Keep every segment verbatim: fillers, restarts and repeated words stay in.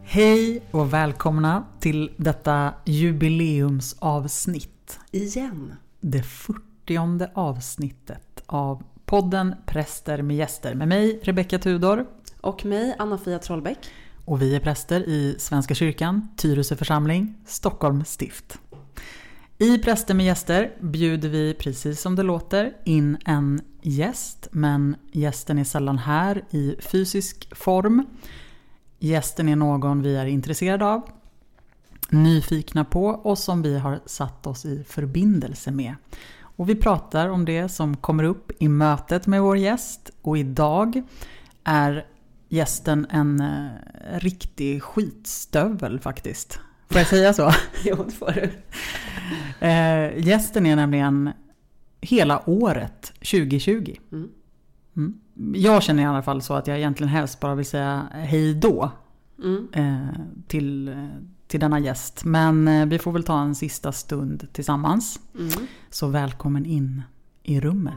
Hej och välkomna till detta jubileumsavsnitt. Igen. Det fyrtionde avsnittet av podden Präster med gäster. Med mig, Rebecka Tudor. Och mig, Anna-Fia Trollbäck. Och vi är präster i Svenska kyrkan, Tyresö församling, Stockholm stift. I Präster med gäster bjuder vi, precis som det låter, in en gäst. Men gästen är sällan här i fysisk form. Gästen är någon vi är intresserade av, nyfikna på och som vi har satt oss i förbindelse med. Och vi pratar om det som kommer upp i mötet med vår gäst. Och idag är gästen en eh, riktig skitstövel faktiskt. Får jag säga så? Jo, det får du. Eh, gästen är nämligen hela året tjugo tjugo. Mm. Mm. Jag känner i alla fall så att jag egentligen helst bara vill säga hej då mm. eh, till, till denna gäst. Men eh, vi får väl ta en sista stund tillsammans. Mm. Så välkommen in i rummet.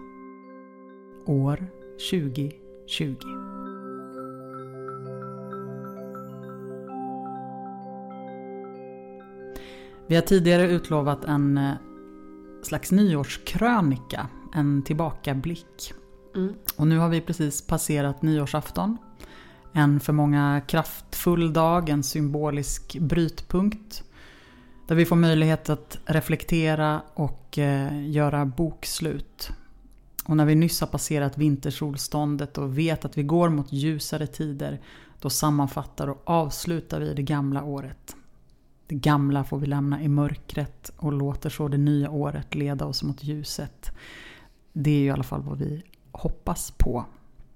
År tjugo tjugo. Vi har tidigare utlovat en eh, slags nyårskrönika, en tillbakablick. Mm. Och nu har vi precis passerat nyårsafton. En för många kraftfull dag, en symbolisk brytpunkt. Där vi får möjlighet att reflektera och eh, göra bokslut. Och när vi nyss har passerat vintersolståndet och vet att vi går mot ljusare tider, då sammanfattar och avslutar vi det gamla året. Det gamla får vi lämna i mörkret och låter så det nya året leda oss mot ljuset. Det är ju i alla fall vad vi hoppas på.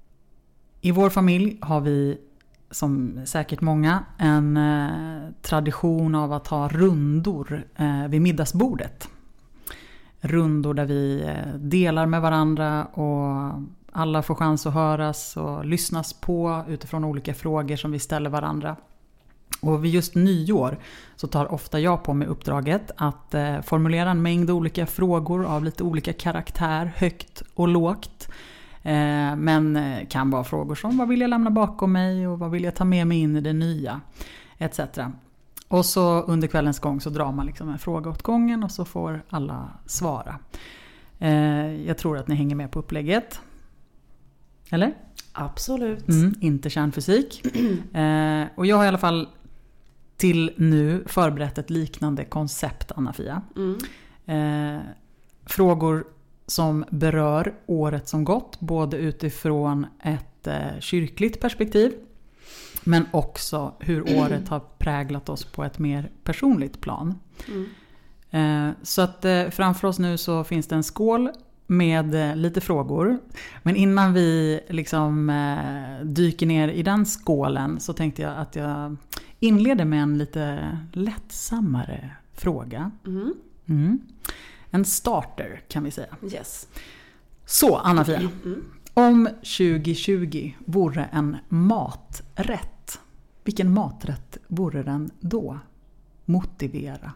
I vår familj har vi, som säkert många, en eh, tradition av att ha rundor eh, vid middagsbordet. Rundor där vi eh, delar med varandra och alla får chans att höras och lyssnas på utifrån olika frågor som vi ställer varandra. Och vid just nyår så tar ofta jag på mig uppdraget att eh, formulera en mängd olika frågor av lite olika karaktär, högt och lågt. Eh, men kan vara frågor som vad vill jag lämna bakom mig och vad vill jag ta med mig in i det nya, et cetera. Och så under kvällens gång så drar man liksom en fråga åt gången och så får alla svara. Eh, jag tror att ni hänger med på upplägget. Eller? Absolut. Mm, inte kärnfysik. Eh, och jag har i alla fall till nu förberett ett liknande koncept, Anna-Fia. Mm. Eh, frågor som berör året som gått, både utifrån ett eh, kyrkligt perspektiv, men också hur mm. året har präglat oss på ett mer personligt plan. Mm. Eh, så att eh, framför oss nu så finns det en skål med eh, lite frågor. Men innan vi liksom eh, dyker ner i den skålen så tänkte jag att jag inleder med en lite lättsammare fråga. Mm. Mm. En starter kan vi säga. Yes. Så Anna-Fia, mm. Mm. om tjugo tjugo vore en maträtt, vilken maträtt vore den då? Motivera.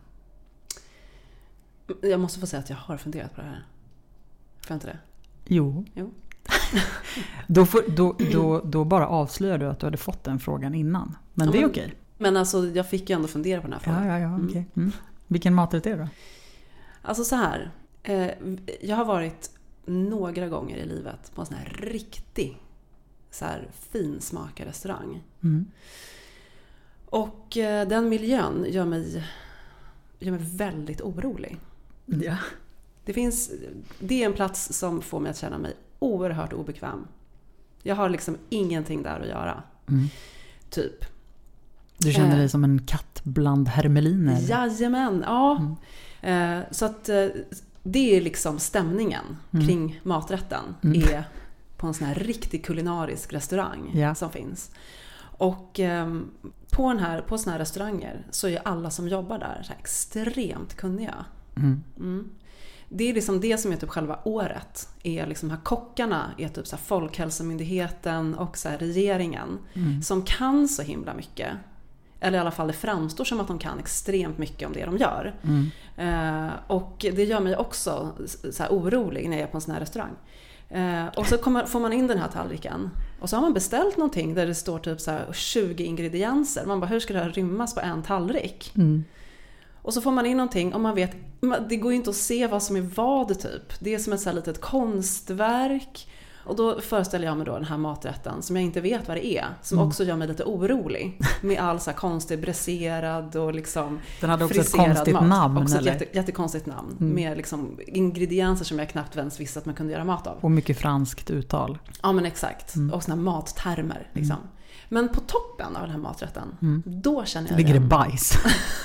Jag måste få säga att jag har funderat på det här. Får jag inte det? Jo. jo. då, får, då, då, då bara avslöjar du att du hade fått den frågan innan. Men ja, det är men, okej. Men alltså jag fick ju ändå fundera på den här frågan. Ja, ja, ja, okej. Mm. Vilken maträtt är det då? Alltså så här. Eh, jag har varit några gånger i livet på en sån här riktig så här fin smakig restaurang. Mm. Och eh, den miljön gör mig, gör mig väldigt orolig. Ja. Det finns, det är en plats som får mig att känna mig oerhört obekväm. Jag har liksom ingenting där att göra. Mm. Typ. Du känner dig eh, som en katt bland hermeliner? Jajamän, ja. Mm. Eh, så att eh, det är liksom stämningen mm. kring maträtten. Mm. Är på en sån här riktig kulinarisk restaurang ja. Som finns. Och eh, på, den här, på såna här restauranger så är alla som jobbar där så här extremt kunniga. Mm. Mm. Det är liksom det som är typ själva året. Är liksom här kockarna är typ så här Folkhälsomyndigheten och så här regeringen mm. som kan så himla mycket. Eller i alla fall det framstår som att de kan extremt mycket om det de gör. Mm. Eh, och det gör mig också så här orolig när jag är på en sån här restaurang. Eh, och så kommer, får man in den här tallriken. Och så har man beställt någonting där det står typ så här tjugo ingredienser. Man bara, hur ska det här rymmas på en tallrik? Mm. Och så får man in någonting och man vet, det går ju inte att se vad som är vad typ. Det är som ett så här litet konstverk. Och då föreställer jag mig då den här maträtten som jag inte vet vad det är. Som mm. också gör mig lite orolig. Med all så här konstig bräserad och liksom den hade också ett konstigt mat. namn. Också eller? ett jätte, jättekonstigt namn. Mm. Med liksom ingredienser som jag knappt ens visste att man kunde göra mat av. Och mycket franskt uttal. Ja men exakt. Mm. Och såna mattermer liksom. Mm. Men på toppen av den här maträtten, mm. då känner jag ligger det bajs.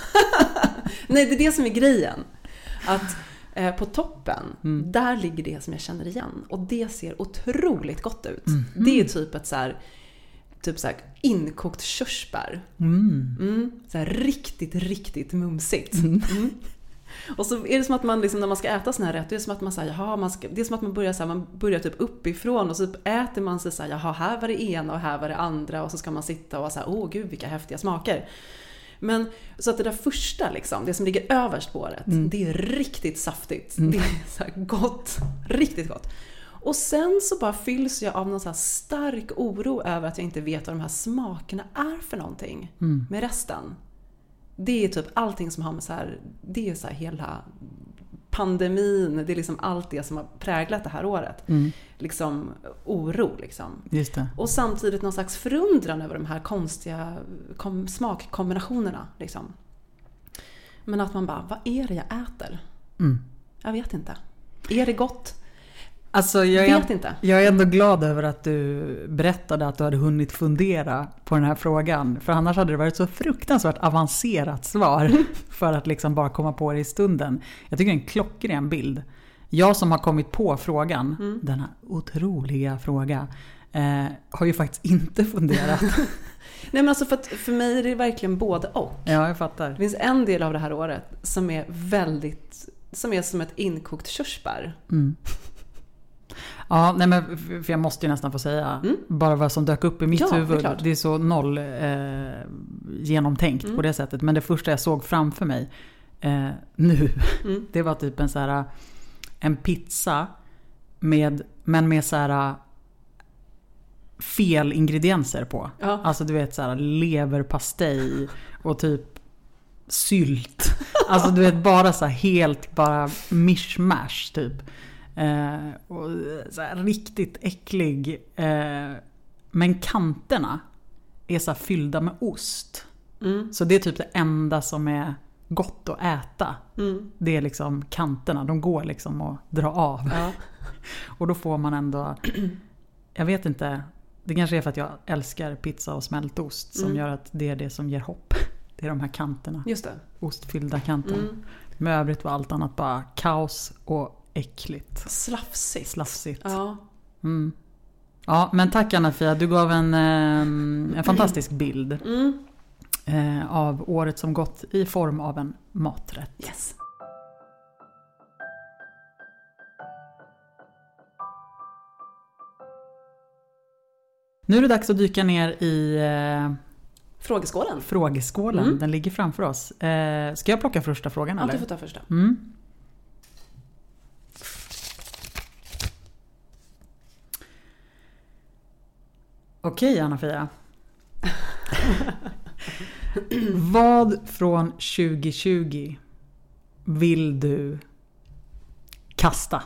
Nej, det är det som är grejen. Att eh, på toppen, mm. där ligger det som jag känner igen. Och det ser otroligt gott ut. Mm. Det är typ ett så här, typ så här inkokt körsbär. Mm. Mm, så här riktigt, riktigt mumsigt. Mm. Mm. Och så är det som att man liksom, när man ska äta sån här rätt, det är som att man säger, jaha, man ska, det är som att man börjar så här, man börjar typ uppifrån och så äter man sig så här, jaha, här var det ena och här var det andra och så ska man sitta och vara så här, åh gud vilka häftiga smaker. Men så att det där första liksom, det som ligger överst på året, mm. det är riktigt saftigt. Mm. Det är så här gott, riktigt gott. Och sen så bara fylls jag av någon så här stark oro över att jag inte vet vad de här smakerna är för någonting mm. med resten. Det är typ allting som har med så här, det är så här hela pandemin, det är liksom allt det som har präglat det här året. Mm. Liksom oro liksom. Just det. Och samtidigt någon slags förundran över de här konstiga kom- smakkombinationerna liksom. Men att man bara, vad är det jag äter? Mm. Jag vet inte. Är det gott? Alltså jag är, vet inte. Jag är ändå glad över att du berättade att du hade hunnit fundera på den här frågan. För annars hade det varit så fruktansvärt avancerat svar för att liksom bara komma på det i stunden. Jag tycker det är en klockren bild. Jag som har kommit på frågan, mm. denna otroliga fråga, eh, har ju faktiskt inte funderat. Nej men alltså för, att, för mig är det verkligen både och. Ja, jag fattar. Det finns en del av det här året som är väldigt, som är som ett inkokt körsbär. Mm. Ja, nej men för jag måste ju nästan få säga mm. bara vad som dök upp i mitt ja, huvud. Det är, det är så noll eh, genomtänkt mm. på det sättet. Men det första jag såg framför mig eh, nu, mm. det var typ en så här en pizza med, men med så här fel ingredienser på. Ja. Alltså du vet så här leverpastej och typ sylt. Alltså du vet bara så här helt bara mishmash typ. Eh, och så här riktigt äcklig. Eh, men kanterna är så här fyllda med ost. Mm. Så det är typ det enda som är gott att äta. Mm. Det är liksom kanterna. De går liksom att dra av. Ja. Och då får man ändå... Jag vet inte. Det kanske är för att jag älskar pizza och smältost som mm. gör att det är det som ger hopp. Det är de här kanterna. Just det. Ostfyllda kanterna. Mm. Med övrigt var allt annat bara kaos och äckligt. Slafsigt. Slafsigt. Ja. Mm. Ja, men tack Anna-Fia. Du gav en, en fantastisk bild mm. eh, av året som gått i form av en maträtt. Yes. Nu är det dags att dyka ner i eh, frågeskålen. Frågeskålen. Mm. Den ligger framför oss. Eh, ska jag plocka första frågan? Ja, eller? Du får ta första. Mm. Okej, Anna-Fia. Vad från tjugo tjugo vill du kasta?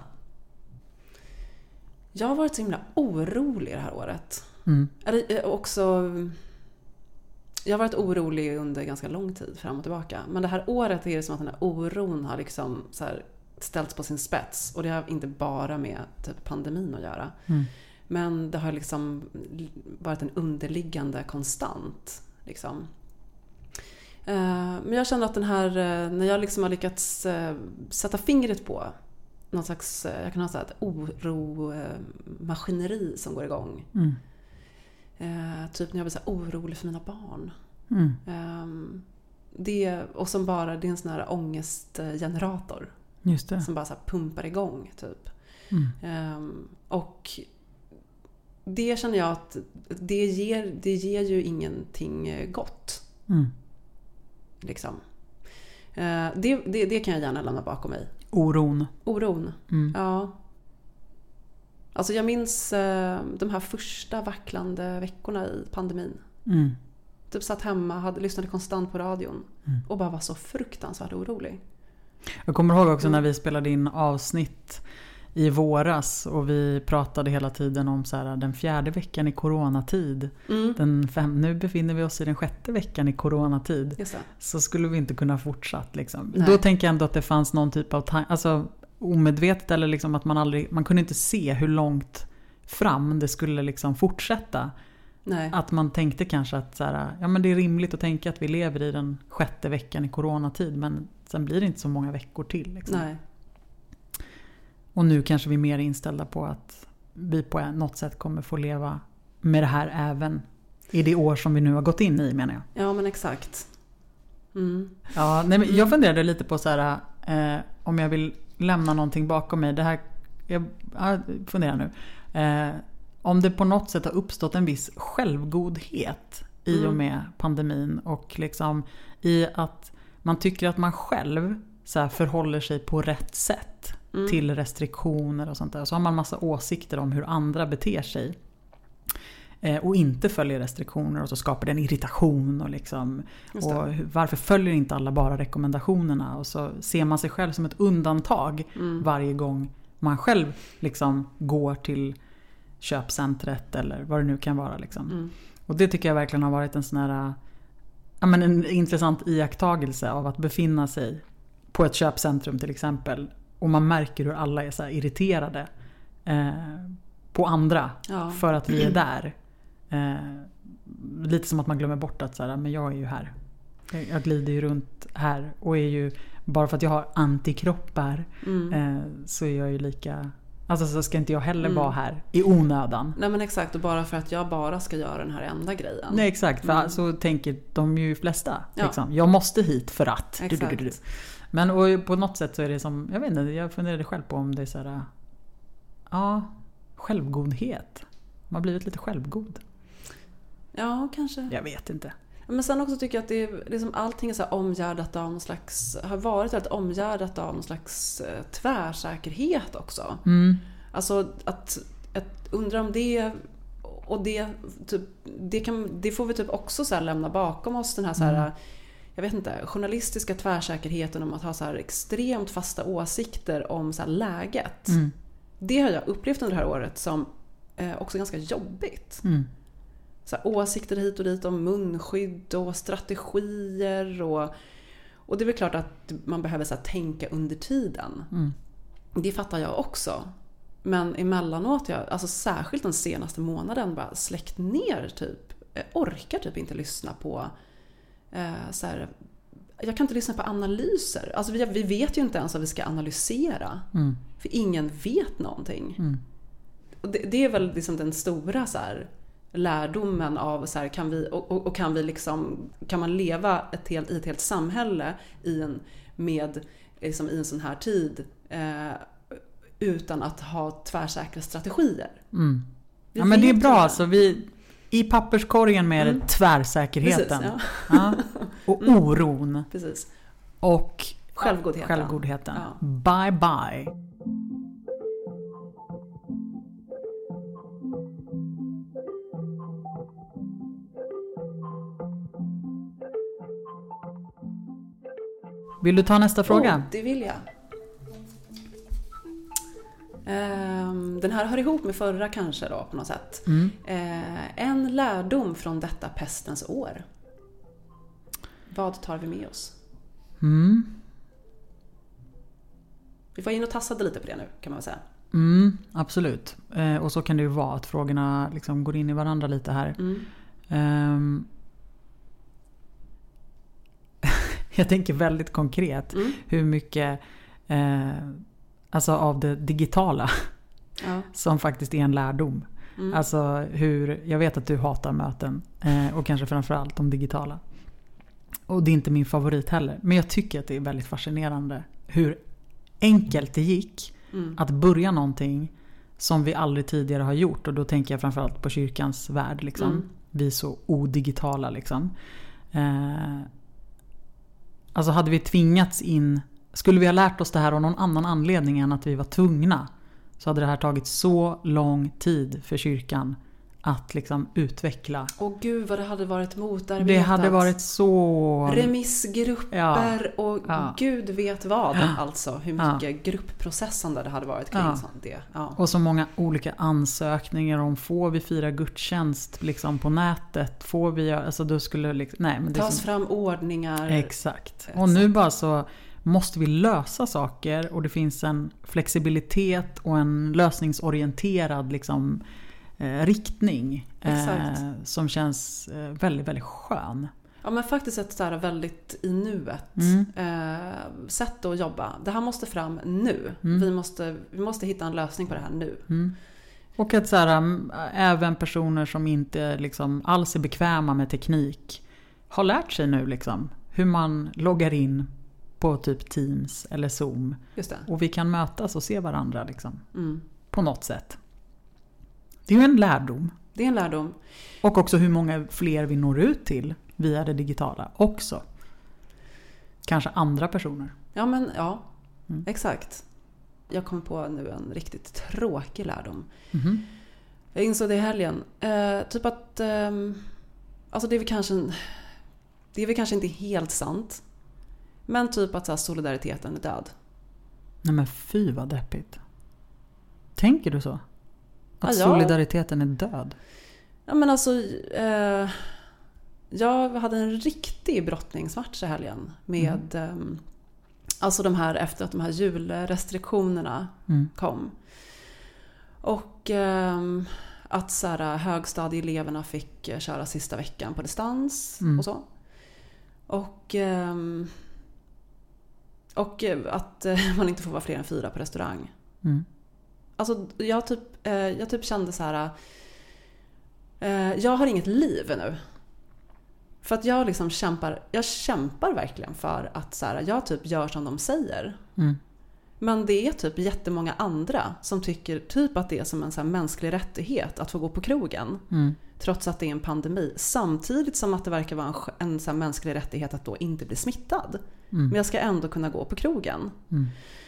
Jag har varit så himla orolig det här året. Mm. Eller också... Jag har varit orolig under ganska lång tid fram och tillbaka. Men det här året är det som att den här oron har liksom så här ställts på sin spets. Och det har inte bara med typ pandemin att göra. Mm. Men det har liksom varit en underliggande konstant. Liksom. Men jag känner att den här, när jag liksom har lyckats sätta fingret på någon slags, jag kan ha så här ett oromaskineri som går igång. Mm. Typ när jag blir så här orolig för mina barn. Mm. Det, och som bara, det är en sån här ångestgenerator. Just det. Som bara så här pumpar igång typ. Mm. Och det känner jag att det ger, det ger ju ingenting gott. Mm. Liksom. Det, det, det kan jag gärna lämna bakom mig. Oron. Oron, mm. ja. Alltså jag minns eh, de här första vacklande veckorna i pandemin. Mm. Typ satt hemma, hade lyssnade konstant på radion Mm. och bara var så fruktansvärt orolig. Jag kommer ihåg också när vi spelade in avsnitt i våras och vi pratade hela tiden om så här, den fjärde veckan i coronatid. Mm. Den fem, nu befinner vi oss i den sjätte veckan i coronatid. Just det. Så skulle vi inte kunna fortsatt. Liksom. Då tänker jag ändå att det fanns någon typ av ta- alltså, omedvetet eller liksom att man aldrig, man kunde inte se hur långt fram det skulle liksom fortsätta. Nej. Att man tänkte kanske att så här, ja, men det är rimligt att tänka att vi lever i den sjätte veckan i coronatid, men sen blir det inte så många veckor till. Liksom. Nej. Och nu kanske vi är mer inställda på att vi på något sätt kommer få leva med det här även i det år som vi nu har gått in i, menar jag. Ja, men exakt. Mm. Ja, nej, men jag funderade lite på så här, eh, om jag vill lämna någonting bakom mig. Det här, jag, jag funderar nu. Eh, om det på något sätt har uppstått en viss självgodhet i Mm. och med pandemin och liksom i att man tycker att man själv så här förhåller sig på rätt sätt mm. till restriktioner och sånt där. Så har man massa åsikter om hur andra beter sig eh, och inte följer restriktioner, och så skapar det en irritation och liksom, och varför följer inte alla bara rekommendationerna, och så ser man sig själv som ett undantag mm. varje gång man själv liksom går till köpcentret eller vad det nu kan vara liksom. Mm. Och det tycker jag verkligen har varit en sån här, ja, men en intressant iakttagelse av att befinna sig på ett köpcentrum till exempel, och man märker hur alla är så här irriterade eh, på andra ja. för att vi är där. Eh, lite som att man glömmer bort att så här, men jag är ju här. Jag glider ju runt här och är ju, bara för att jag har antikroppar mm. eh, så är jag ju lika, alltså så ska inte jag heller mm. vara här i onödan. Nej, men exakt, och bara för att jag bara ska göra den här enda grejen. Nej, exakt, för mm. så tänker de ju flesta. Ja. Liksom. Jag måste hit för att. Du, du, du, du. Men och på något sätt så är det som, jag vet inte, jag funderade själv på om det är så här, ja, självgodhet. Man har blivit lite självgod. Ja, kanske. Jag vet inte. Men sen också tycker jag att det är, liksom, allting är så här omgärdat av någon slags, har varit väldigt omgärdat av någon slags eh, tvärsäkerhet också. Mm. Alltså att, att undra om det, och det, typ, det, kan, det får vi typ också så här lämna bakom oss, den här, så här mm. jag vet inte, journalistiska tvärsäkerheten om att ha så här extremt fasta åsikter om så här läget. Mm. Det har jag upplevt under det här året som eh, också ganska jobbigt. Mm. Så här, åsikter hit och dit om munskydd och strategier och, och det är väl klart att man behöver så här, tänka under tiden. Mm. Det fattar jag också. Men emellanåt, jag, alltså särskilt den senaste månaden, bara släckt ner typ. Jag orkar typ inte lyssna på eh, så här, jag kan inte lyssna på analyser. Alltså vi, vi vet ju inte ens vad vi ska analysera. Mm. För ingen vet någonting. Mm. Och det, det är väl liksom den stora så här, lärdomen av så här, kan vi, och, och, och kan vi liksom, kan man leva ett helt, i ett helt samhälle i en, med, liksom, i en sån här tid eh, utan att ha tvärsäkra strategier. Mm. Ja, men det är bra, så vi i papperskorgen med mm. tvärsäkerheten. Precis, ja. Ja. Och mm. oron. Precis. Och självgodheten. självgodheten. Ja. Bye bye. Vill du ta nästa fråga? Oh, det vill jag. Den här hör ihop med förra kanske då på något sätt. Mm. En lärdom från detta pestens år. Vad tar vi med oss? Mm. Vi var in och tassade lite på det nu, kan man väl säga. Mm, absolut. Och så kan det ju vara att frågorna liksom går in i varandra lite här. Mm. Um, jag tänker väldigt konkret mm. hur mycket eh, alltså av det digitala ja. som faktiskt är en lärdom. Mm. Alltså hur, jag vet att du hatar möten eh, och kanske framförallt de digitala. Och det är inte min favorit heller. Men jag tycker att det är väldigt fascinerande hur enkelt det gick mm. att börja någonting som vi aldrig tidigare har gjort. Och då tänker jag framförallt på kyrkans värld. Liksom. Mm. Vi är så odigitala. Liksom. Eh, alltså hade vi tvingats in, skulle vi ha lärt oss det här av någon annan anledning än att vi var tvungna, så hade det här tagit så lång tid för kyrkan att liksom utveckla. Åh gud vad det hade varit motarbetat. Det hade varit så... Remissgrupper ja. och ja. Gud vet vad. Ja. Alltså hur mycket ja. gruppprocessande det hade varit kring ja. sånt det. Ja. Och så många olika ansökningar om får vi fira gudstjänst liksom på nätet? Får vi göra... Alltså då skulle liksom... Nej, men det tas som... fram ordningar. Exakt. Och nu bara så måste vi lösa saker och det finns en flexibilitet och en lösningsorienterad liksom riktning eh, som känns eh, väldigt, väldigt skön. Ja men faktiskt ett så här väldigt i nuet mm. eh, sätt att jobba. Det här måste fram nu. Mm. Vi, måste, vi måste hitta en lösning på det här nu. Mm. Och att så här, även personer som inte liksom alls är bekväma med teknik har lärt sig nu liksom, hur man loggar in på typ Teams eller Zoom. Just det. Och vi kan mötas och se varandra liksom, mm. på något sätt. Det är ju en lärdom. Det är en lärdom. Och också hur många fler vi når ut till via det digitala också. Kanske andra personer. Ja, men ja. Mm. Exakt. Jag kom på nu en riktigt tråkig lärdom. Mm-hmm. Jag insåg det i helgen. Eh, typ att... Eh, alltså det är väl kanske... Det är väl kanske inte helt sant. Men typ att så här, solidariteten är död. Nej men fy vad deppigt. Tänker du så? Att ja, solidariteten är död? Ja men alltså... Eh, jag hade en riktig brottningsmatch i helgen. Med... Mm. Eh, alltså de här efter att de här julrestriktionerna mm. kom. Och... Eh, att så här, högstadieeleverna fick köra sista veckan på distans mm. och så. Och, och att man inte får vara fler än fyra på restaurang. Mm. Alltså jag typ, jag typ kände så här, jag har inget liv nu. För att jag liksom kämpar, jag kämpar verkligen för att så här, jag typ gör som de säger. Mm. Men det är typ jättemånga andra som tycker typ att det är som en så här mänsklig rättighet att få gå på krogen. Mm. Trots att det är en pandemi. Samtidigt som att det verkar vara en, en så här mänsklig rättighet att då inte bli smittad. Mm. Men jag ska ändå kunna gå på krogen. Mm.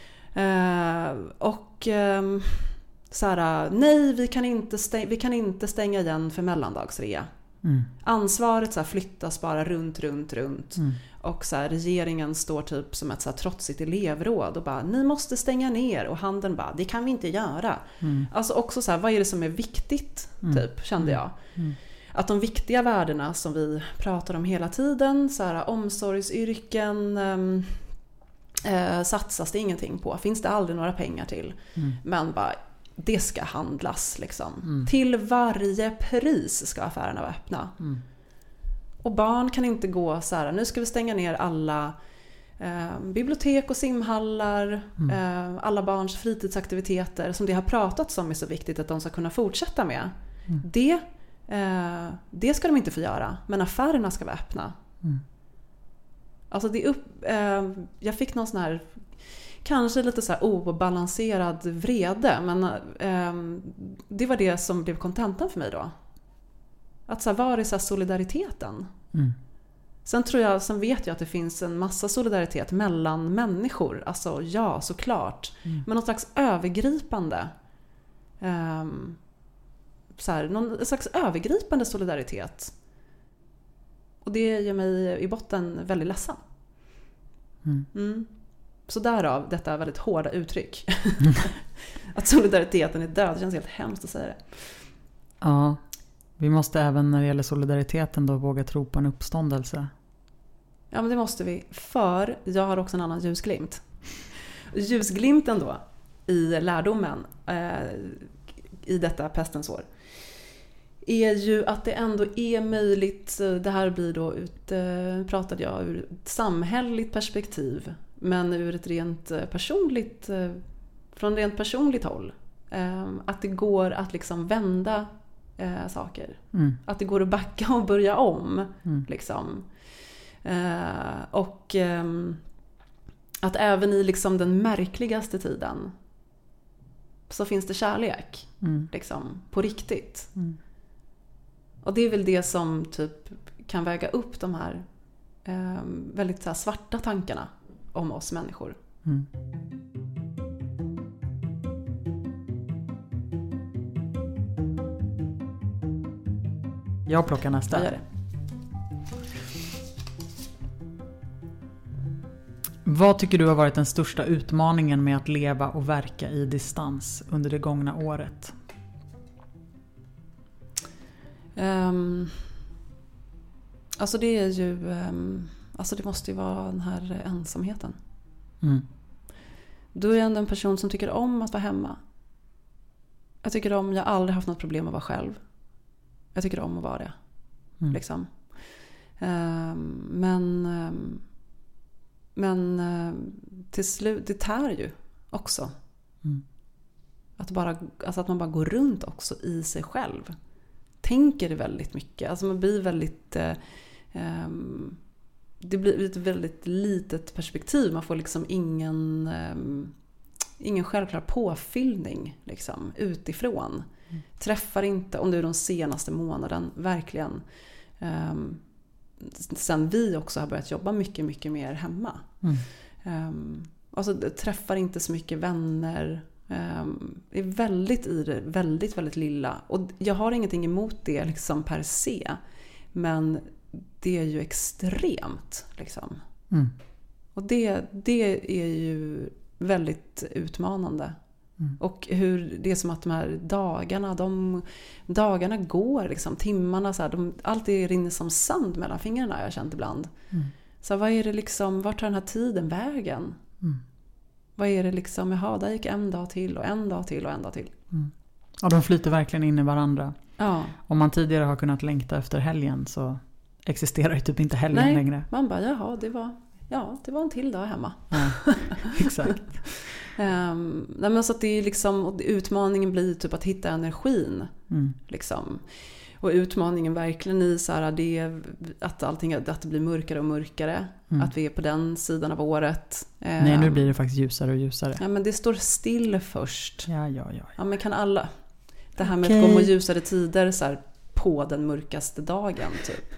Uh, och um, så här, nej vi kan, inte stäng, vi kan inte stänga igen för mellandagsrea. Mm. Ansvaret så här, flyttas bara runt, runt, runt. Mm. Och så här, regeringen står typ som ett så här, trotsigt elevråd och bara, ni måste stänga ner. Och handeln bara, det kan vi inte göra. Mm. Alltså också så här, vad är det som är viktigt? Mm. Typ, kände jag. Mm. Att de viktiga värdena som vi pratar om hela tiden, så här, omsorgsyrken, um, eh, satsas det ingenting på. Finns det aldrig några pengar till. Mm. Men bara, det ska handlas liksom. Mm. Till varje pris ska affärerna vara öppna. Mm. Och barn kan inte gå så här, nu ska vi stänga ner alla eh, bibliotek och simhallar, mm. eh, alla barns fritidsaktiviteter som det har pratats om är så viktigt att de ska kunna fortsätta med. Mm. Det, eh, det ska de inte få göra, men affärerna ska vara öppna. Mm. Alltså det är upp, eh, jag fick någon sån här kanske lite så här obalanserad vrede, men eh, det var det som blev kontentan för mig då. Att så här, var är så här solidariteten? Mm. Sen tror jag, sen vet jag att det finns en massa solidaritet mellan människor. Alltså ja, såklart. Mm. Men någon slags övergripande eh, så här, någon slags övergripande solidaritet. Och det gör mig i botten väldigt ledsen. Mm. Mm. Så därav detta väldigt hårda uttryck. Att solidariteten är död, det känns helt hemskt att säga det. Ja, vi måste även när det gäller solidariteten då våga tro på en uppståndelse. Ja, men det måste vi. För jag har också en annan ljusglimt. Ljusglimten då i lärdomen eh, i detta pestens år är ju att det ändå är möjligt, det här blir då ut, eh, pratade jag ur ett samhälleligt perspektiv, men ur ett rent personligt, eh, från rent personligt håll. Eh, att det går att liksom vända eh, saker. Mm. Att det går att backa och börja om. Mm. Liksom. Eh, och eh, att även i liksom den märkligaste tiden så finns det kärlek. Mm. Liksom, på riktigt. Mm. Och det är väl det som typ kan väga upp de här eh, väldigt så här, svarta tankarna om oss människor. Mm. Jag plockar nästa. Jag gör det. Vad tycker du har varit den största utmaningen med att leva och verka i distans under det gångna året? Um, alltså det är ju um, alltså det måste ju vara den här ensamheten. Mm. Du är ändå en person som tycker om att vara hemma. Jag tycker om, jag har aldrig haft något problem att vara själv. Jag tycker om att vara det. Mm. Liksom. Um, men um, men um, till slut, det tär ju också. Mm. Att, bara, alltså att man bara går runt också i sig själv. Tänker väldigt mycket. Alltså man blir väldigt... Eh, um, det blir ett väldigt litet perspektiv. Man får liksom ingen... Um, ingen självklar påfyllning liksom, utifrån. Mm. Träffar inte, om det är de senaste månaden, verkligen. Um, sen vi också har börjat jobba mycket, mycket mer hemma. Mm. Um, alltså träffar inte så mycket vänner. Um, är väldigt i det, väldigt, väldigt lilla. Och jag har ingenting emot det liksom per se. Men det är ju extremt liksom. Mm. Och det, det är ju väldigt utmanande. Mm. Och hur det är som att de här dagarna, de dagarna går liksom, timmarna så här, de, allt det rinner som sand mellan fingrarna, jag har känt ibland. Mm. Så vad är det liksom, vart tar den här tiden vägen? Mm. Vad är det liksom, jaha, där gick en dag till och en dag till och en dag till. Mm. Ja, de flyter verkligen in i varandra. Ja. Om man tidigare har kunnat längta efter helgen så existerar ju typ inte helgen Nej, längre. Man bara, jaha, det var, ja, det var en till dag hemma. Ja, exakt. um, nej, men så att det är liksom, utmaningen blir typ att hitta energin. Mm. Liksom. Och utmaningen verkligen i så här, det är att allting att det blir mörkare och mörkare. Mm. Att vi är på den sidan av året. Nej, nu blir det faktiskt ljusare och ljusare. Ja, men det står still först. Ja, ja, ja. Ja, men kan alla. Det här med okay. att gå mot ljusare tider så här, på den mörkaste dagen typ.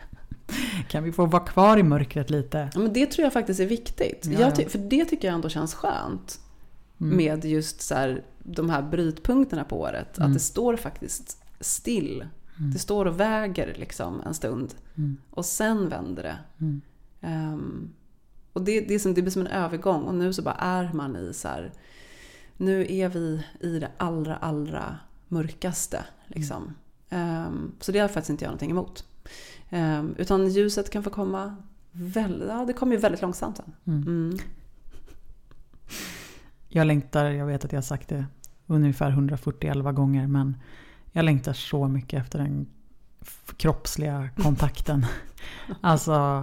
Kan vi få vara kvar i mörkret lite? Ja, men det tror jag faktiskt är viktigt. Ja, jag ty- ja. För det tycker jag ändå känns skönt. Mm. Med just så här, de här brytpunkterna på året. Mm. Att det står faktiskt still. Mm. Det står och väger liksom en stund. Mm. Och sen vänder det. Mm. Um, och det, det, är som, det blir som en övergång. Och nu så bara är man i så här. Nu är vi i det allra, allra mörkaste. Liksom. Mm. Um, så det har faktiskt inte jag någonting emot. Um, utan ljuset kan få komma väldigt, ja, det kommer ju väldigt långsamt sen. Mm. Mm. Jag längtar, jag vet att jag har sagt det ungefär hundrafyrtioelva gånger, men jag längtar så mycket efter den kroppsliga kontakten. Alltså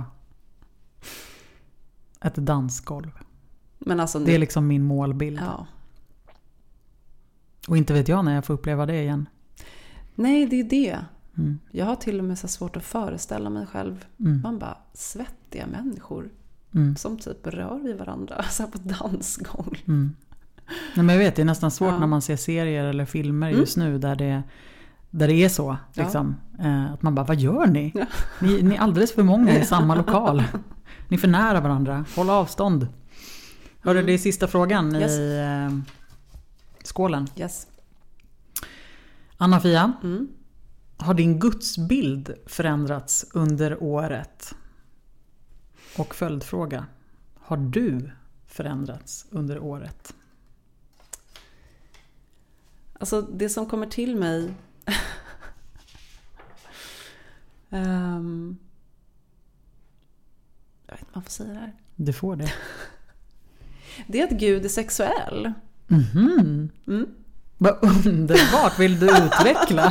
ett dansgolv. Men alltså, det är liksom min målbild. Ja. Och inte vet jag när jag får uppleva det igen. Nej, det är det. Mm. Jag har till och med så svårt att föreställa mig själv. Mm. Man bara, svettiga människor mm. som typ rör vid varandra så här på dansgolv. Mm. Nej, men jag vet, det är nästan svårt ja. när man ser serier eller filmer mm. just nu där det, där det är så. Liksom, ja. eh, att man bara, vad gör ni? Ja. ni? Ni är alldeles för många i samma lokal. Ni är för nära varandra. Håll avstånd. Hörde mm. det är sista frågan yes. i eh, skålen. Yes. Anna-Fia, mm. har din gudsbild förändrats under året? Och följdfråga, har du förändrats under året? Alltså det som kommer till mig um, jag vet inte om man får säga det här. Du får det. Det är att Gud är sexuell. Mm-hmm. Mm. Vad underbart, vill du utveckla?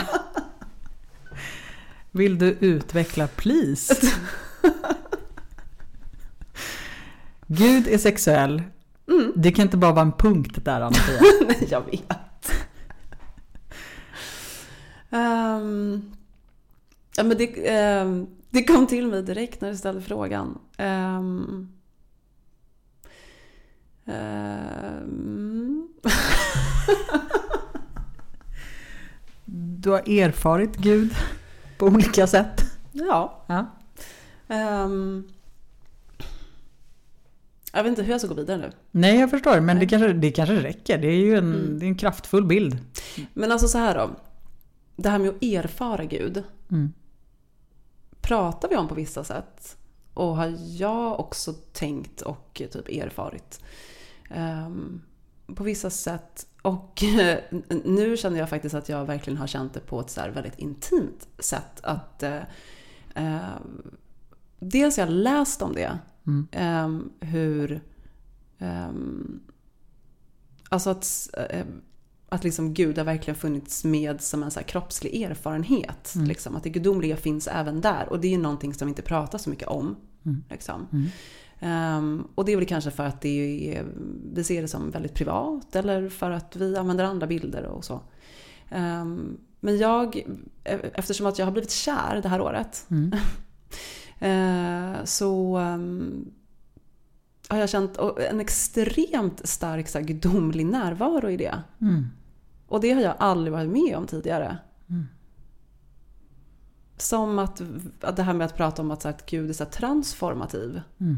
Vill du utveckla, please? Gud är sexuell. Mm. Det kan inte bara vara en punkt där, Anna-Fia. Nej, jag vet. um, ja, men det, um, det kom till mig direkt när du ställde frågan. Um, um. Du har erfarit Gud på olika sätt. Ja. ja. Um, jag vet inte hur jag ska gå vidare nu. Nej, jag förstår. Men det kanske, det kanske räcker. Det är ju en, mm. det är en kraftfull bild. Men alltså så här då. Det här med att erfara Gud. Mm. pratar vi om på vissa sätt. Och har jag också tänkt och typ erfarit um, på vissa sätt. Och nu känner jag faktiskt att jag verkligen har känt det på ett så här väldigt intimt sätt. Att uh, uh, dels jag har läst om det. Mm. Um, hur um, alltså att uh, att liksom Gud har verkligen funnits med som en så här kroppslig erfarenhet. Mm. Liksom, att det gudomliga finns även där. Och det är ju någonting som vi inte pratar så mycket om. Mm. Liksom. Mm. Um, och det är väl kanske för att det är, vi ser det som väldigt privat. Eller för att vi använder andra bilder och så. Um, men jag, eftersom att jag har blivit kär det här året. Mm. uh, så... Um, har jag känt en extremt stark så här, gudomlig närvaro i det. Mm. Och det har jag aldrig varit med om tidigare. Mm. Som att, att det här med att prata om att, så här, att Gud är så här, transformativ. Mm.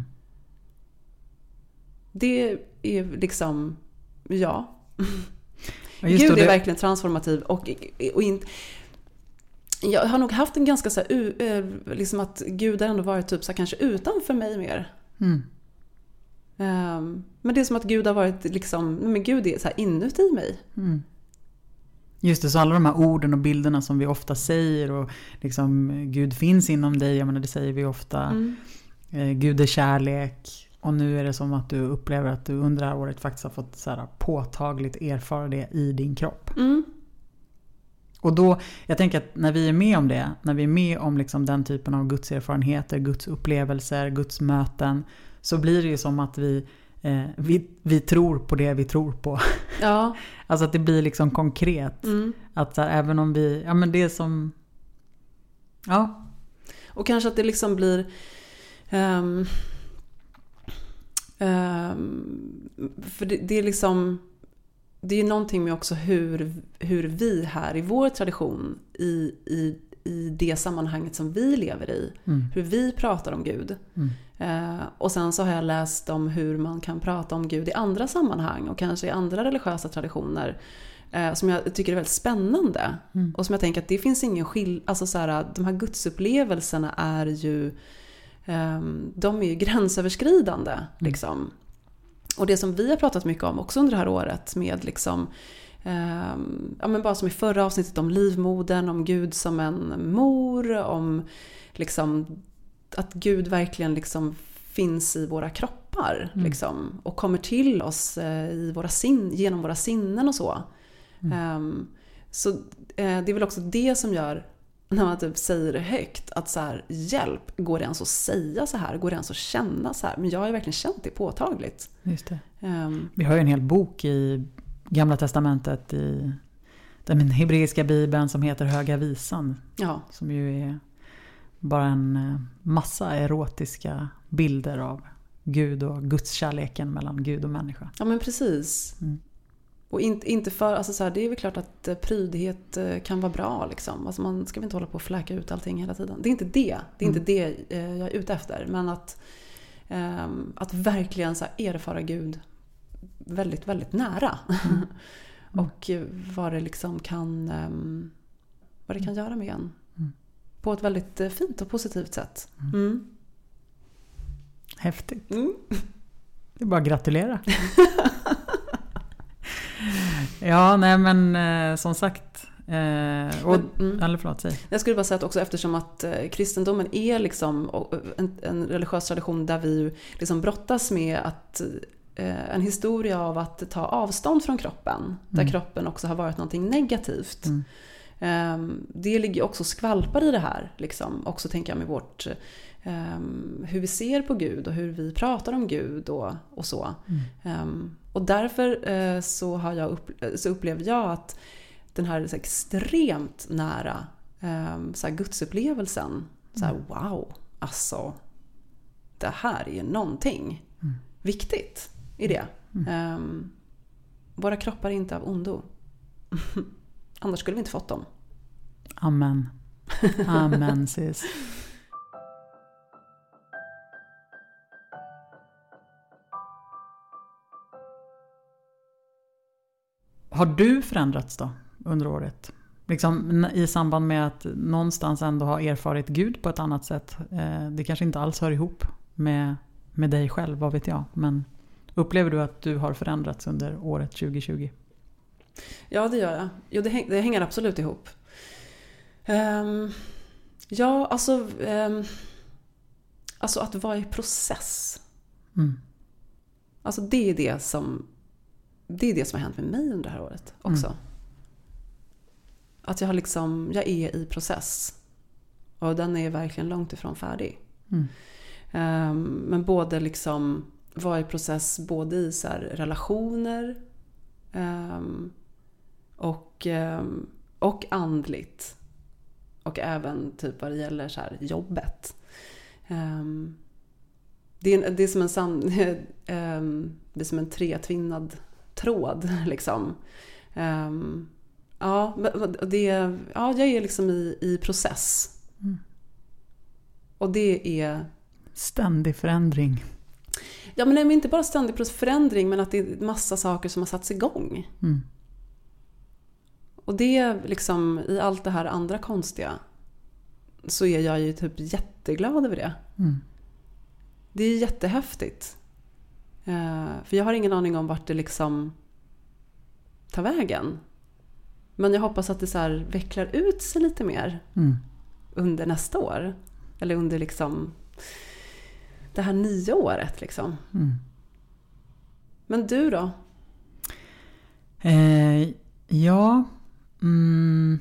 Det är liksom, ja. ja Gud är det. Verkligen transformativ. Och, och in, jag har nog haft en ganska så här, liksom att Gud har ändå varit typ så här, kanske utanför mig mer. Mm. Um, men det är som att Gud har varit liksom, men Gud är så här inuti mig. Mm. Just det, så alla de här orden och bilderna som vi ofta säger och liksom Gud finns inom dig, jag menar det säger vi ofta. Mm. Eh, Gud är kärlek, och nu är det som att du upplever att du under det här året faktiskt har fått så här påtagligt erfara det i din kropp. Mm. Och då, jag tänker att när vi är med om det, när vi är med om liksom den typen av Guds erfarenheter, Guds upplevelser, Guds möten, så blir det ju som att vi, eh, vi, vi tror på det vi tror på. Ja. Alltså att det blir liksom konkret. Mm. Att så här, även om vi, ja men det är som, ja. Och kanske att det liksom blir, um, um, för det, det är liksom, det är ju någonting med också hur, hur vi här i vår tradition, i, i, i det sammanhanget som vi lever i, mm. hur vi pratar om Gud. Mm. Uh, och sen så har jag läst om hur man kan prata om Gud i andra sammanhang och kanske i andra religiösa traditioner uh, som jag tycker är väldigt spännande. Mm. Och som jag tänker att det finns ingen skill... Alltså så här, de här gudsupplevelserna är ju um, de är ju gränsöverskridande mm. liksom. Och det som vi har pratat mycket om också under det här året med liksom um, ja men bara som i förra avsnittet om livmodern, om Gud som en mor, om liksom att Gud verkligen liksom finns i våra kroppar mm. liksom, och kommer till oss eh, i våra sin, genom våra sinnen och så. Mm. Um, så eh, det är väl också det som gör när man typ säger det högt att så här, hjälp, går det ens att säga så här? Går det ens att känna så här? Men jag har ju verkligen känt det påtagligt. Just det. Um, Vi har ju en hel bok i Gamla testamentet, i den hebreiska bibeln som heter Höga visan. Ja. Som ju är bara en massa erotiska bilder av Gud och Guds kärleken mellan Gud och människa. Ja men precis. Mm. Och inte, inte för, alltså så här, det är väl klart att prydlighet kan vara bra liksom. Alltså man ska väl inte hålla på och fläka ut allting hela tiden. Det är inte det. Det är mm. inte det jag är ute efter. Men att, um, att verkligen så här, erfara Gud väldigt, väldigt nära. Mm. och vad det liksom kan, um, vad det kan göra med en. Mm. På ett väldigt fint och positivt sätt. Mm. Mm. Häftigt. Mm. Det är bara att gratulera. Ja, nej men eh, som sagt eh, och, men, mm. eller förlåt, säg. Jag skulle bara säga att också eftersom att eh, kristendomen är liksom en, en religiös tradition där vi liksom brottas med att eh, en historia av att ta avstånd från kroppen, mm. där kroppen också har varit någonting negativt. Mm. Eh, det ligger också skvalpar i det här liksom, också tänker jag med vårt Um, hur vi ser på Gud och hur vi pratar om Gud och, och så. Mm. Um, och därför uh, så, har jag upp, så upplever jag att den här så extremt nära um, så här gudsupplevelsen, mm. så här, wow, alltså det här är någonting mm. viktigt i det. Mm. Um, våra kroppar är inte av ondo. Annars skulle vi inte fått dem. Amen. Amen, sis. Har du förändrats då under året? liksom, i samband med att någonstans ändå ha erfarit Gud på ett annat sätt. Eh, det kanske inte alls hör ihop med, med dig själv, vad vet jag. Men upplever du att du har förändrats under året tjugo tjugo? Ja, det gör jag. Jo, det, häng, det hänger absolut ihop. Um, ja, alltså, um, alltså att vara i process. Mm. Alltså det är det som det är det som har hänt med mig under det här året också. Mm. Att jag har liksom, jag är i process. Och den är verkligen långt ifrån färdig. Mm. Um, men både liksom vara i process både i så här relationer um, och, um, och andligt. Och även typ vad det gäller så här jobbet. Um, det, är, det är som en sam, um, det är som en tretvinnad tråd liksom. Um, ja, det, ja, jag är liksom i, i process. Mm. Och det är ständig förändring. Ja, men det är inte bara ständig förändring, men att det är massa saker som har satts igång. Mm. Och det är liksom i allt det här andra konstiga så är jag ju typ jätteglad över det. Mm. Det är jättehäftigt. Uh, för jag har ingen aning om vart det liksom tar vägen. Men jag hoppas att det så här vecklar ut sig lite mer mm. under nästa år. Eller under liksom det här nya året liksom. Mm. Men du då? Eh, ja. Mm.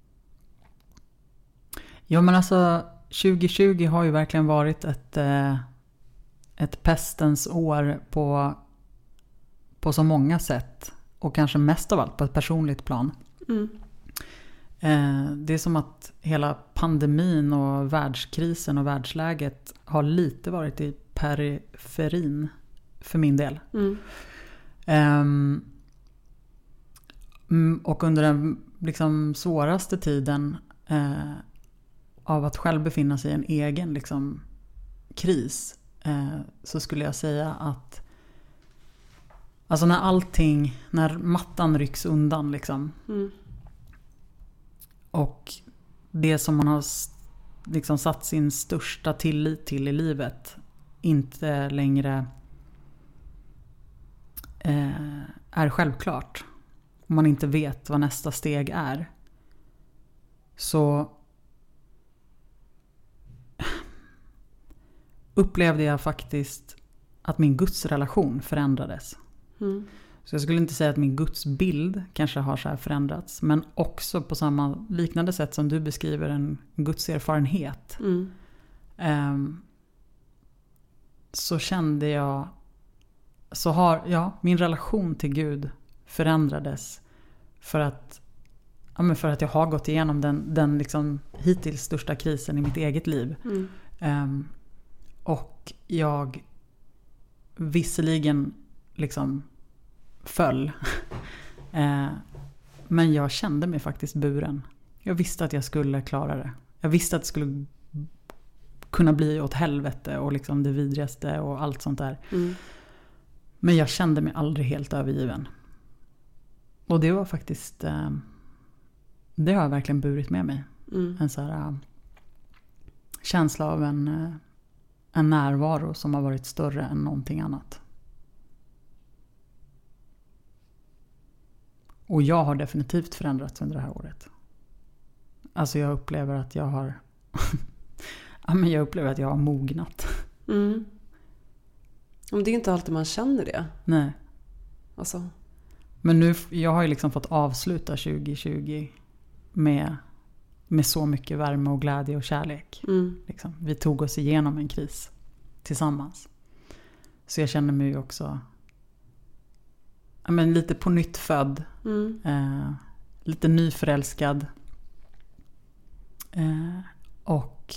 Ja, men alltså tjugo tjugo har ju verkligen varit ett, eh, ett pestens år på, på så många sätt. Och kanske mest av allt på ett personligt plan. Mm. Eh, det är som att hela pandemin och världskrisen och världsläget har lite varit i periferin för min del. Mm. Eh, och under den liksom svåraste tiden eh, av att själv befinna sig i en egen liksom, kris eh, så skulle jag säga att alltså när allting, när mattan rycks undan liksom. Mm. Och det som man har liksom satt sin största tillit till i livet inte längre eh, är självklart. Om man inte vet vad nästa steg är. Så upplevde jag faktiskt att min gudsrelation förändrades. Mm. Så jag skulle inte säga att min gudsbild kanske har så här förändrats. Men också på samma liknande sätt som du beskriver en gudserfarenhet. Mm. Um, så kände jag... Så har, ja, min relation till Gud förändrades. För att, ja, men för att jag har gått igenom den, den liksom hittills största krisen i mitt eget liv. Mm. Um, och jag visserligen liksom föll. eh, men jag kände mig faktiskt buren. Jag visste att jag skulle klara det. Jag visste att det skulle kunna bli åt helvete och liksom det vidrigaste och allt sånt där. Mm. Men jag kände mig aldrig helt övergiven. Och det var faktiskt eh, det har jag verkligen burit med mig. Mm. En så här äh, känsla av en, äh, en närvaro som har varit större än någonting annat. Och jag har definitivt förändrats under det här året. Alltså jag upplever att jag har ja, men jag upplever att jag har mognat. Mm. Men det är inte alltid man känner det. Nej. Alltså. Men nu, jag har ju liksom fått avsluta tjugo tjugo med, med så mycket värme och glädje och kärlek. Mm. Liksom. Vi tog oss igenom en kris tillsammans. Så jag känner mig ju också ja, men lite på nytt född. Mm. Eh, lite nyförälskad. Eh, och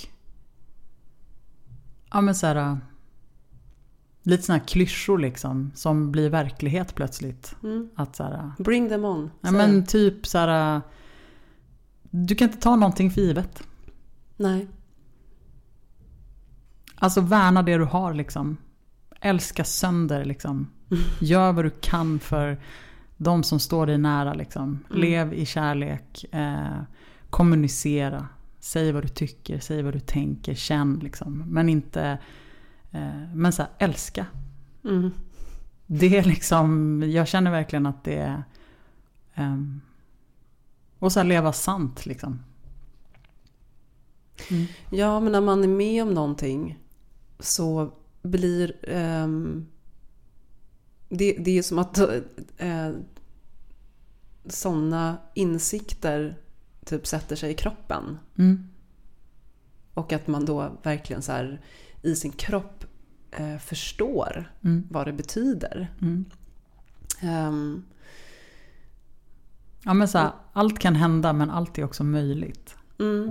ja men så här, lite såna här klyschor liksom som blir verklighet plötsligt. Mm. Att så här, bring them on. Ja men typ så här, du kan inte ta någonting för givet. Nej. Alltså värna det du har liksom. Älska sönder liksom. Mm. Gör vad du kan för de som står dig nära liksom. Mm. Lev i kärlek, eh, kommunicera, säg vad du tycker, säg vad du tänker, känn liksom. Men inte, eh, men så här, älska. Mm. Det är liksom, jag känner verkligen att det är, eh, och så här, leva sant liksom. Mm. Ja, men när man är med om någonting så blir eh, det, det är som att eh, sådana insikter typ sätter sig i kroppen. Mm. Och att man då verkligen så här, i sin kropp eh, förstår mm. vad det betyder. Mm. Um, ja, men så här, allt kan hända, men allt är också möjligt. Mm.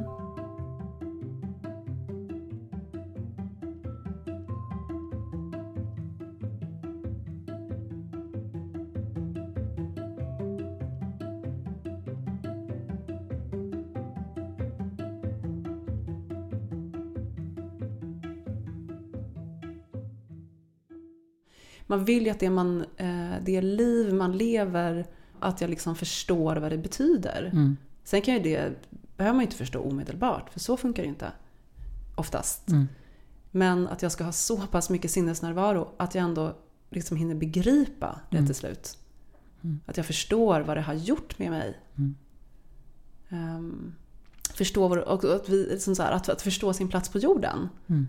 Man vill ju att det, man, det liv man lever, att jag liksom förstår vad det betyder. Mm. Sen kan ju det, behöver man inte förstå omedelbart, för så funkar det inte oftast. Mm. Men att jag ska ha så pass mycket sinnesnärvaro att jag ändå liksom hinner begripa det mm. till slut. Mm. Att jag förstår vad det har gjort med mig. Mm. Um, förstå vad, och att, vi, liksom så här, att, att förstå sin plats på jorden. Mm.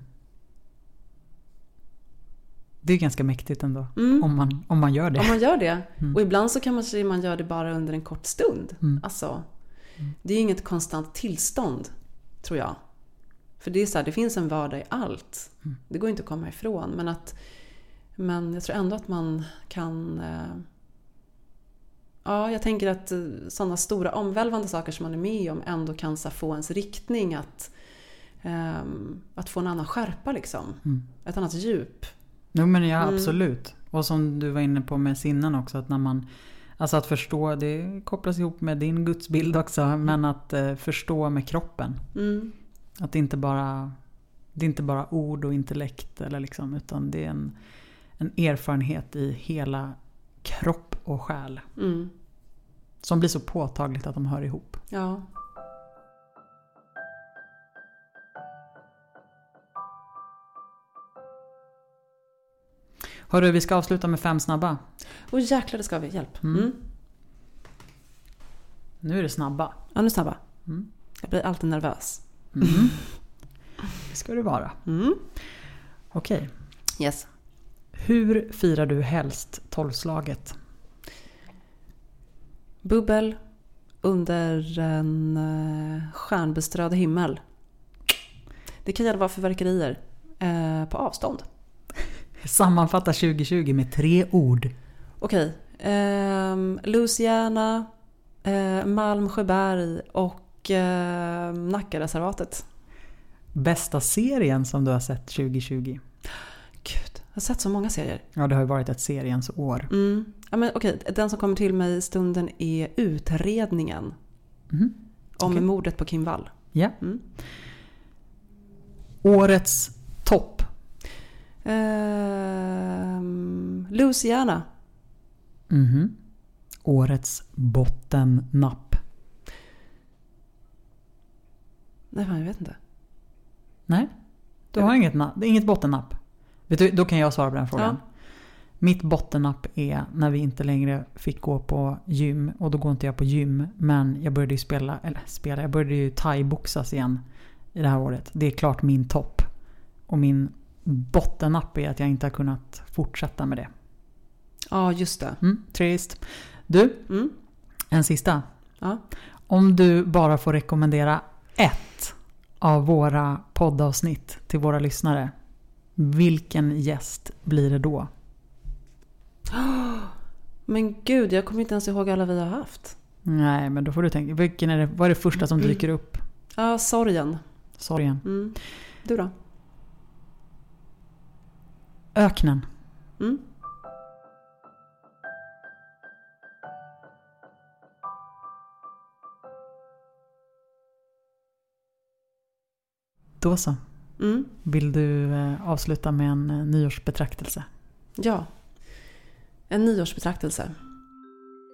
Det är ganska mäktigt ändå, mm. om, man, om man gör det. Om man gör det. Mm. Och ibland så kan man säga att man gör det bara under en kort stund. Mm. Alltså, mm. det är inget konstant tillstånd, tror jag. För det är så här, det finns en vardag i allt. Mm. Det går inte att komma ifrån. Men, att, men jag tror ändå att man kan... Eh, ja, jag tänker att sådana stora omvälvande saker som man är med om ändå kan så här, få ens riktning att, eh, att få en annan skärpa liksom. Mm. Ett annat djup. Jo, men ja, Mm. absolut. Och som du var inne på med sinnen också, att när man, alltså att förstå, det kopplas ihop med din gudsbild också, mm. men att eh, förstå med kroppen. Mm. Att det inte bara, det är inte bara ord och intellekt eller liksom, utan det är en, en erfarenhet i hela kropp och själ. Mm. Som blir så påtagligt att de hör ihop. Ja. Hörru, vi ska avsluta med fem snabba. Åh jäklar, det ska vi. Hjälp. Mm. Mm. Nu är det snabba. Ja, nu är snabba. Mm. Jag blir alltid nervös. Mm. Det ska det vara. Mm. Okej. Yes. Hur firar du helst tolvslaget? Bubbel under en stjärnbeströd himmel. Det kan gälla vara fyrverkerier eh, på avstånd. Sammanfatta tjugo tjugo med tre ord. Okej. Eh, Louisiana, eh, Malmsjöberg och eh, Nackareservatet. Bästa serien som du har sett tjugo tjugo? Gud, jag har sett så många serier. Ja, det har ju varit ett seriens år. Mm. Ja, men okej, den som kommer till mig i stunden är Utredningen. Mm. Om okay. mordet på Kim Wall. Ja. Mm. Årets topp. Ehm, Louisiana. Mm-hmm. Årets bottennapp. Nej, fan, jag vet inte. Nej, du har inget, napp, inget bottennapp. Vet du, då kan jag svara på den frågan. Ja. Mitt bottennapp är när vi inte längre fick gå på gym. Och då går inte jag på gym. Men jag började ju spela, eller spela, jag började ju thai-boxas igen i det här året. Det är klart min topp. Och min bottennapp är att jag inte har kunnat fortsätta med det. Ja, just det. Mm, trist. Du, mm. en sista. Ja. Om du bara får rekommendera ett av våra poddavsnitt till våra lyssnare, vilken gäst blir det då? Men gud, jag kommer inte ens ihåg alla vi har haft. Nej, men då får du tänka. Vilken är det, vad är det första som dyker upp? Ja, sorgen. Sorgen. Mm. Du då? Öknen. Mm. Då så. Mm. Vill du eh, avsluta med en eh, nyårsbetraktelse? Ja. En nyårsbetraktelse.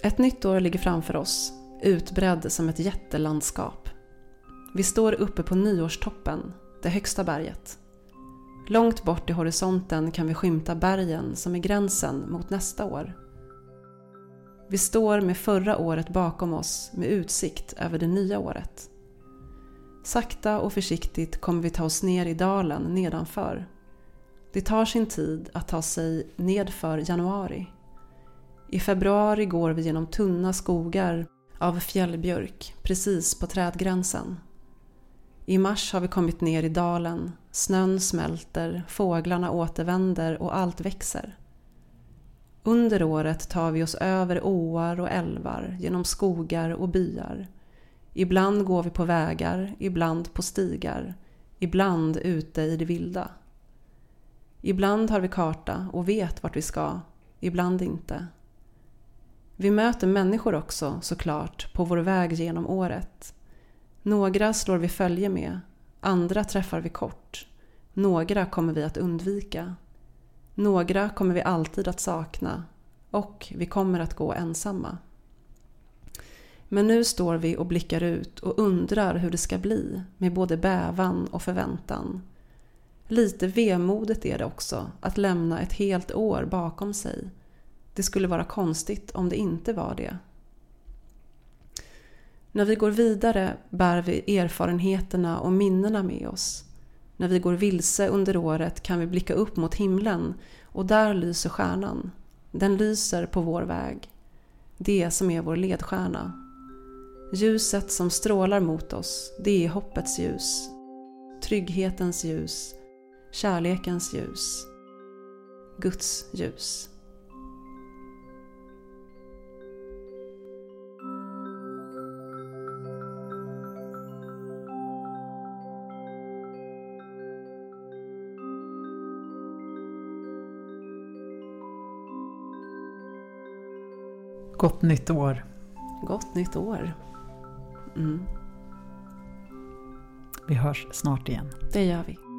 Ett nytt år ligger framför oss, utbredd som ett jättelandskap. Vi står uppe på nyårstoppen, det högsta berget. Långt bort i horisonten kan vi skymta bergen som är gränsen mot nästa år. Vi står med förra året bakom oss med utsikt över det nya året. Sakta och försiktigt kommer vi ta oss ner i dalen nedanför. Det tar sin tid att ta sig nedför januari. I februari går vi genom tunna skogar av fjällbjörk precis på trädgränsen. I mars har vi kommit ner i dalen, snön smälter, fåglarna återvänder och allt växer. Under året tar vi oss över åar och älvar, genom skogar och byar. Ibland går vi på vägar, ibland på stigar, ibland ute i det vilda. Ibland har vi karta och vet vart vi ska, ibland inte. Vi möter människor också, såklart, på vår väg genom året. Några slår vi följe med, andra träffar vi kort. Några kommer vi att undvika. Några kommer vi alltid att sakna och vi kommer att gå ensamma. Men nu står vi och blickar ut och undrar hur det ska bli med både bävan och förväntan. Lite vemodigt är det också att lämna ett helt år bakom sig. Det skulle vara konstigt om det inte var det. När vi går vidare bär vi erfarenheterna och minnena med oss. När vi går vilse under året kan vi blicka upp mot himlen och där lyser stjärnan. Den lyser på vår väg. Det som är vår ledstjärna. Ljuset som strålar mot oss, det är hoppets ljus. Trygghetens ljus. Kärlekens ljus. Guds ljus. Gott nytt år. Gott nytt år. Mm. Vi hörs snart igen. Det gör vi.